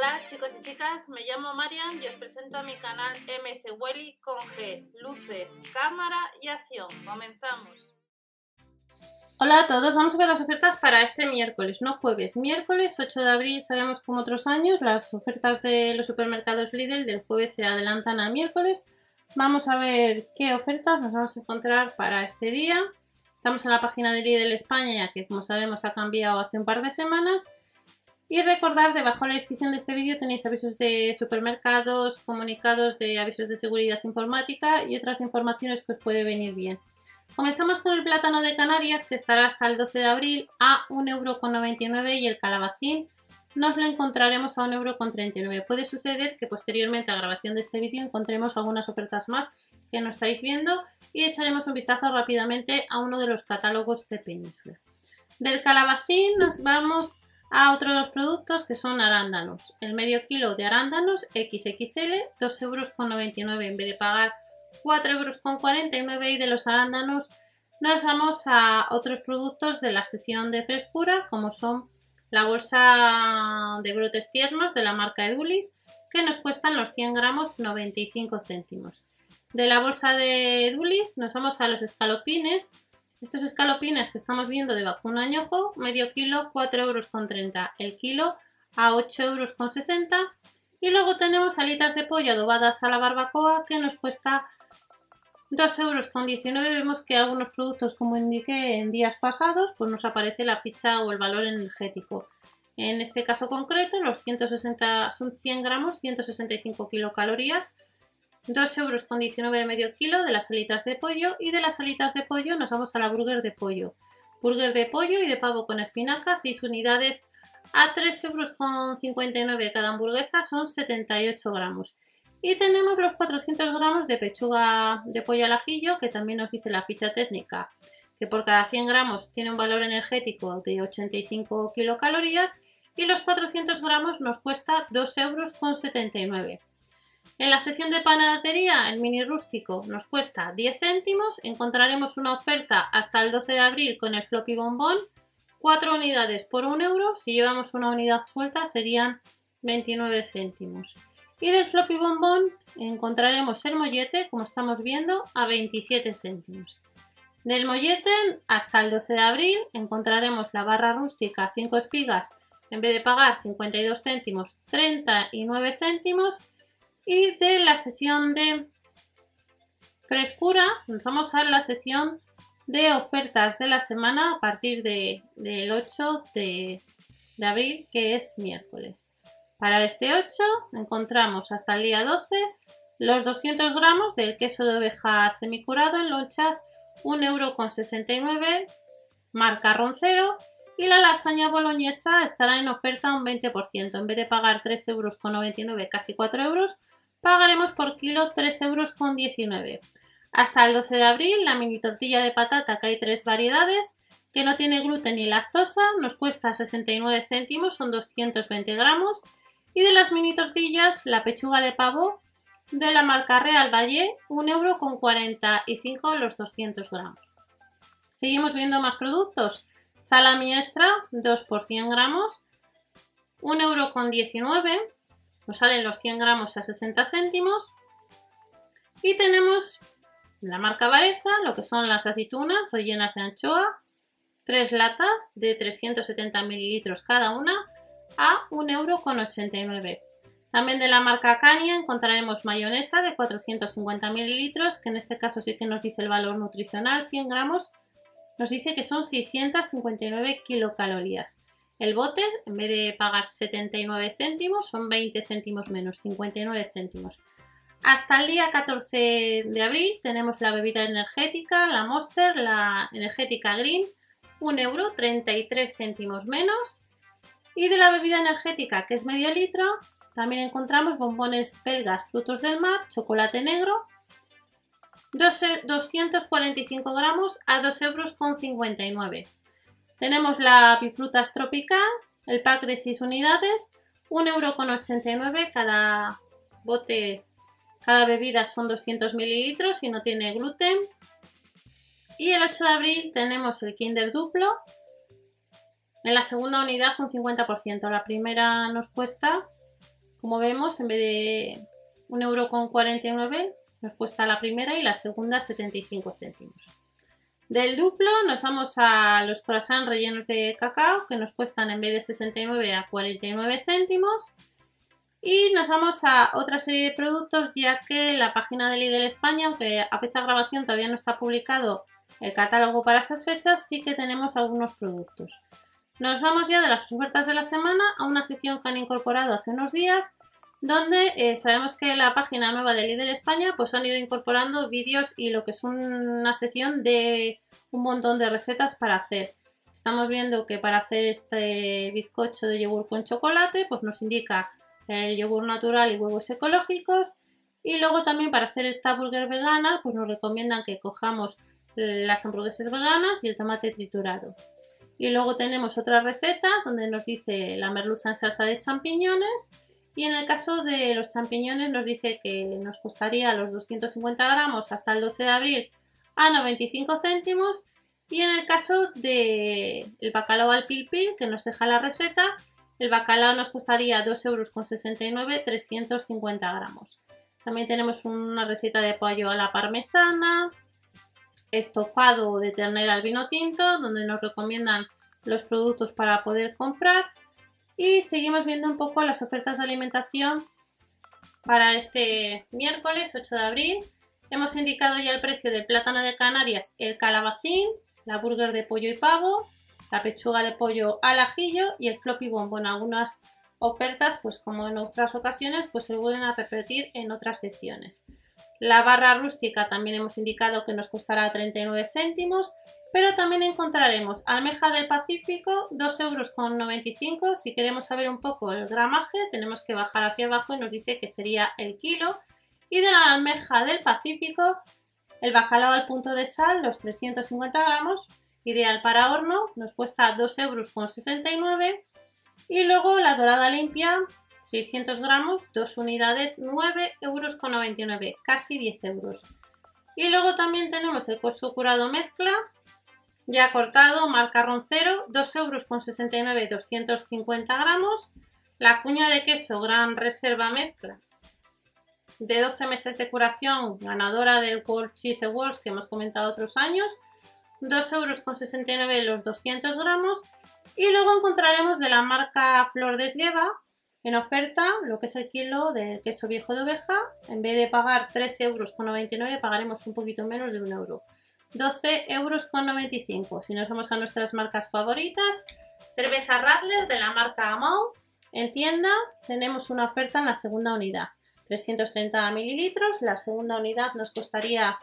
Hola chicos y chicas, me llamo Marian y os presento a mi canal MS Welly con G, luces, cámara y acción. Comenzamos. Hola a todos, vamos a ver las ofertas para este miércoles, no jueves, miércoles 8 de abril. Sabemos como otros años las ofertas de los supermercados Lidl del jueves se adelantan al miércoles. Vamos a ver qué ofertas nos vamos a encontrar para este día. Estamos en la página de Lidl España, que como sabemos ha cambiado hace un par de semanas. Y recordar, debajo de la descripción de este vídeo tenéis avisos de supermercados, comunicados de avisos de seguridad informática y otras informaciones que os puede venir bien. Comenzamos con el plátano de Canarias, que estará hasta el 12 de abril a 1,99 € y el calabacín nos lo encontraremos a 1,39 €. Puede suceder que posteriormente a grabación de este vídeo encontremos algunas ofertas más que no estáis viendo y echaremos un vistazo rápidamente a uno de los catálogos de Península. Del calabacín nos vamos a otros productos que son arándanos. El medio kilo de arándanos XXL, 2,99 € en vez de pagar 4,49 € y de los arándanos nos vamos a otros productos de la sección de frescura como son la bolsa de brotes tiernos de la marca Edulis que nos cuestan los 100 gramos 95 céntimos. De la bolsa de Edulis nos vamos a los escalopines. Estos escalopines que estamos viendo de vacuno añojo, medio kilo 4,30 €, el kilo a 8,60 €. Y luego tenemos alitas de pollo adobadas a la barbacoa que nos cuesta 2,19 €. Vemos que algunos productos, como indiqué en días pasados, pues nos aparece la ficha o el valor energético. En este caso concreto, los 160 son 100 gramos, 165 kilocalorías. 2,19 € el medio kilo de las alitas de pollo y de las alitas de pollo nos vamos a la burger de pollo. Burger de pollo y de pavo con espinacas, 6 unidades a 3,59 € cada hamburguesa, son 78 gramos. Y tenemos los 400 gramos de pechuga de pollo al ajillo, que también nos dice la ficha técnica, que por cada 100 gramos tiene un valor energético de 85 kilocalorías y los 400 gramos nos cuesta 2,79 €. En la sección de panadería, el mini rústico nos cuesta 10 céntimos. Encontraremos una oferta hasta el 12 de abril con el floppy bombón, 4 unidades por 1 €. Si llevamos una unidad suelta serían 29 céntimos. Y del floppy bombón encontraremos el mollete, como estamos viendo, a 27 céntimos. Del mollete hasta el 12 de abril encontraremos la barra rústica 5 espigas, en vez de pagar 52 céntimos, 39 céntimos. Y de la sección de frescura nos vamos a la sección de ofertas de la semana a partir del 8 de abril, que es miércoles. Para este 8 encontramos hasta el día 12 los 200 gramos del queso de oveja semicurado en lonchas, 1,69 €, marca Roncero. Y la lasaña boloñesa estará en oferta un 20%. En vez de pagar 3,99 €, casi 4 €, pagaremos por kilo 3,19 €. Hasta el 12 de abril, la mini tortilla de patata, que hay 3 variedades, que no tiene gluten ni lactosa, nos cuesta 69 céntimos, son 220 gramos. Y de las mini tortillas, la pechuga de pavo de la marca Real Valle, 1,45 € los 200 gramos. Seguimos viendo más productos. Salami extra, 2 por 100 gramos, 1,19 €. Nos salen los 100 gramos a 60 céntimos. Y tenemos la marca Varesa, lo que son las aceitunas rellenas de anchoa, 3 latas de 370 mililitros cada una a 1,89 €. También de la marca Cania encontraremos mayonesa de 450 mililitros, que en este caso sí que nos dice el valor nutricional, 100 gramos, nos dice que son 659 kilocalorías. El bote, en vez de pagar 79 céntimos, son 20 céntimos menos, 59 céntimos. Hasta el día 14 de abril tenemos la bebida energética, la Monster, la energética Green, 1 €, 33 céntimos menos. Y de la bebida energética, que es medio litro, también encontramos bombones belgas, frutos del mar, chocolate negro, 245 gramos a 2,59 €. Tenemos la bifrutas tropical, el pack de 6 unidades, 1,89 € cada bote, cada bebida son 200 mililitros y no tiene gluten. Y el 8 de abril tenemos el Kinder Duplo, en la segunda unidad un 50%, la primera nos cuesta Como vemos, en vez de 1,49 € nos cuesta la primera y la segunda 75 céntimos. Del duplo nos vamos a los croissants rellenos de cacao, que nos cuestan en vez de 69 a 49 céntimos. Y nos vamos a otra serie de productos, ya que en la página de Lidl España, aunque a fecha de grabación todavía no está publicado el catálogo para esas fechas, sí que tenemos algunos productos. Nos vamos ya de las ofertas de la semana a una sección que han incorporado hace unos días, donde sabemos que la página nueva de Lidl España pues han ido incorporando vídeos y lo que es una sección de un montón de recetas para hacer. Estamos viendo que para hacer este bizcocho de yogur con chocolate pues nos indica el yogur natural y huevos ecológicos, y luego también para hacer esta burger vegana pues nos recomiendan que cojamos las hamburguesas veganas y el tomate triturado. Y luego tenemos otra receta donde nos dice la merluza en salsa de champiñones, y en el caso de los champiñones nos dice que nos costaría los 250 gramos hasta el 12 de abril a 95 céntimos, y en el caso del bacalao al pil pil que nos deja la receta, el bacalao nos costaría 2,69 €, 350 gramos. También tenemos una receta de pollo a la parmesana, estofado de ternera al vino tinto, donde nos recomiendan los productos para poder comprar. Y seguimos viendo un poco las ofertas de alimentación para este miércoles 8 de abril. Hemos indicado ya el precio del plátano de Canarias, el calabacín, la burger de pollo y pavo, la pechuga de pollo al ajillo y el floppy bombón. Algunas ofertas, pues como en otras ocasiones, pues se vuelven a repetir en otras secciones. La barra rústica también hemos indicado que nos costará 39 céntimos, pero también encontraremos almeja del Pacífico, 2,95 €. Si queremos saber un poco el gramaje, tenemos que bajar hacia abajo y nos dice que sería el kilo. Y de la almeja del Pacífico, el bacalao al punto de sal, los 350 gramos, ideal para horno, nos cuesta 2,69 €. Y luego la dorada limpia, 600 gramos, 2 unidades, 9,99 €, casi 10 €. Y luego también tenemos el queso curado mezcla, ya cortado, marca Roncero, 2,69 €, 250 gramos. La cuña de queso Gran Reserva mezcla, de 12 meses de curación, ganadora del World Cheese Awards que hemos comentado otros años, 2,69 € los 200 gramos. Y luego encontraremos de la marca Flor de Esgueva en oferta lo que es el kilo de queso viejo de oveja. En vez de pagar 13,99 € pagaremos un poquito menos de 1 €, 12,95 €. Si nos vamos a nuestras marcas favoritas, cerveza Radler de la marca Amau, en tienda tenemos una oferta en la segunda unidad, 330 mililitros. La segunda unidad nos costaría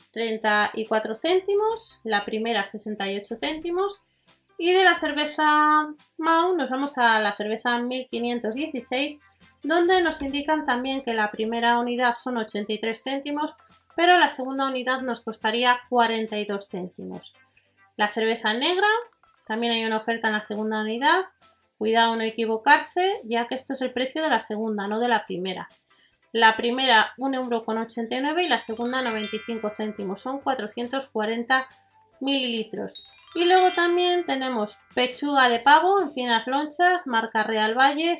34 céntimos, la primera 68 céntimos. Y de la cerveza Mau nos vamos a la cerveza 1516, donde nos indican también que la primera unidad son 83 céntimos, pero la segunda unidad nos costaría 42 céntimos. La cerveza negra, también hay una oferta en la segunda unidad. Cuidado no equivocarse, ya que esto es el precio de la segunda, no de la primera. La primera 1,89 € y la segunda 95 céntimos, son 440 mililitros. Y luego también tenemos pechuga de pavo en finas lonchas, marca Real Valle,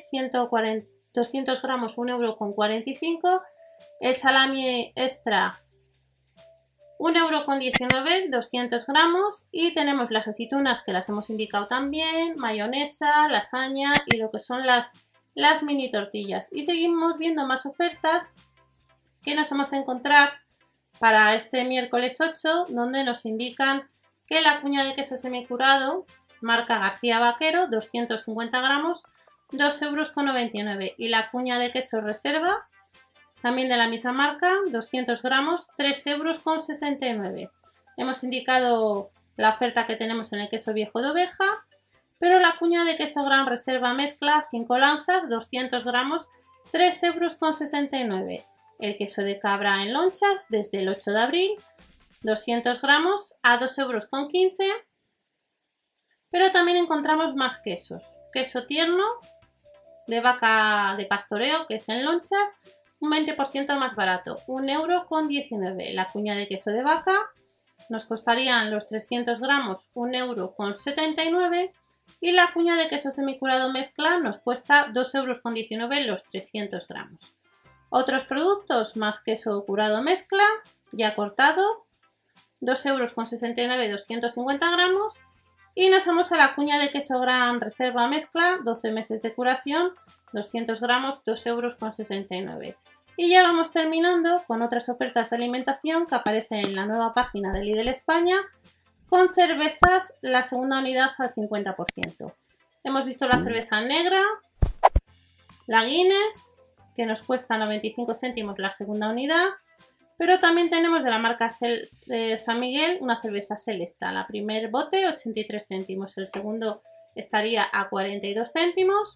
200 gramos, 1,45 €. El salami extra, 1,19 €, 200 gramos. Y tenemos las aceitunas, que las hemos indicado también, mayonesa, lasaña y lo que son las mini tortillas. Y seguimos viendo más ofertas que nos vamos a encontrar para este miércoles 8, donde nos indican que la cuña de queso semicurado, marca García Vaquero, 250 gramos, 2,99 €. Y la cuña de queso reserva, también de la misma marca, 200 gramos, 3,69 €. Hemos indicado la oferta que tenemos en el queso viejo de oveja, pero la cuña de queso Gran Reserva mezcla, 5 lanzas, 200 gramos, 3,69 €. El queso de cabra en lonchas desde el 8 de abril, 200 gramos a 2,15 €. Pero también encontramos más quesos. Queso tierno de vaca de pastoreo, que es en lonchas, un 20% más barato, 1,19 €. La cuña de queso de vaca nos costarían los 300 gramos 1,79 €. Y la cuña de queso semicurado mezcla nos cuesta 2,19 € los 300 gramos. Otros productos más queso curado mezcla, ya cortado, 2,69 € 250 gramos. Y nos vamos a la cuña de queso gran reserva mezcla, 12 meses de curación, 200 gramos, 2,69 €. Y ya vamos terminando con otras ofertas de alimentación que aparecen en la nueva página de Lidl España, con cervezas, la segunda unidad al 50%. Hemos visto la cerveza negra, la Guinness, que nos cuesta 95 céntimos la segunda unidad, pero también tenemos de la marca San Miguel una cerveza selecta. La primer bote 83 céntimos, el segundo estaría a 42 céntimos.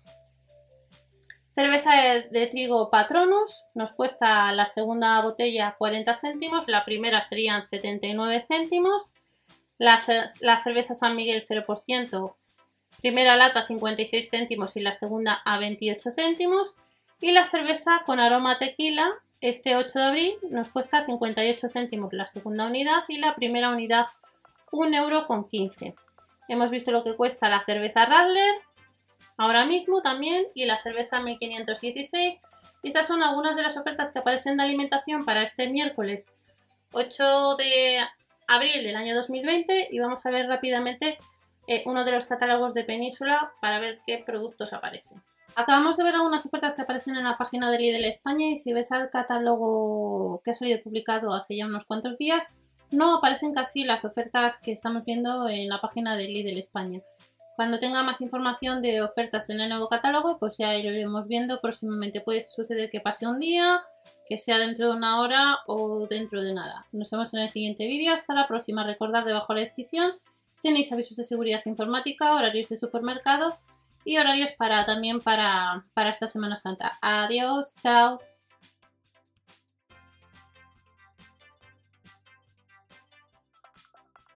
Cerveza de trigo Patronus, nos cuesta la segunda botella 40 céntimos, la primera serían 79 céntimos. La cerveza San Miguel 0%, primera lata 56 céntimos y la segunda a 28 céntimos. Y la cerveza con aroma tequila, este 8 de abril, nos cuesta 58 céntimos la segunda unidad y la primera unidad 1,15 €. Hemos visto lo que cuesta la cerveza Radler ahora mismo también y la cerveza 1516. Y estas son algunas de las ofertas que aparecen de alimentación para este miércoles 8 de abril del año 2020 y vamos a ver rápidamente uno de los catálogos de Península para ver qué productos aparecen. Acabamos de ver algunas ofertas que aparecen en la página de Lidl España y si ves al catálogo que ha salido publicado hace ya unos cuantos días, no aparecen casi las ofertas que estamos viendo en la página de Lidl España. Cuando tenga más información de ofertas en el nuevo catálogo, pues ya lo iremos viendo próximamente. Puede suceder que pase un día, que sea dentro de una hora o dentro de nada. Nos vemos en el siguiente vídeo. Hasta la próxima. Recordad debajo de la descripción tenéis avisos de seguridad informática, horarios de supermercado y horarios también para esta Semana Santa. Adiós, chao.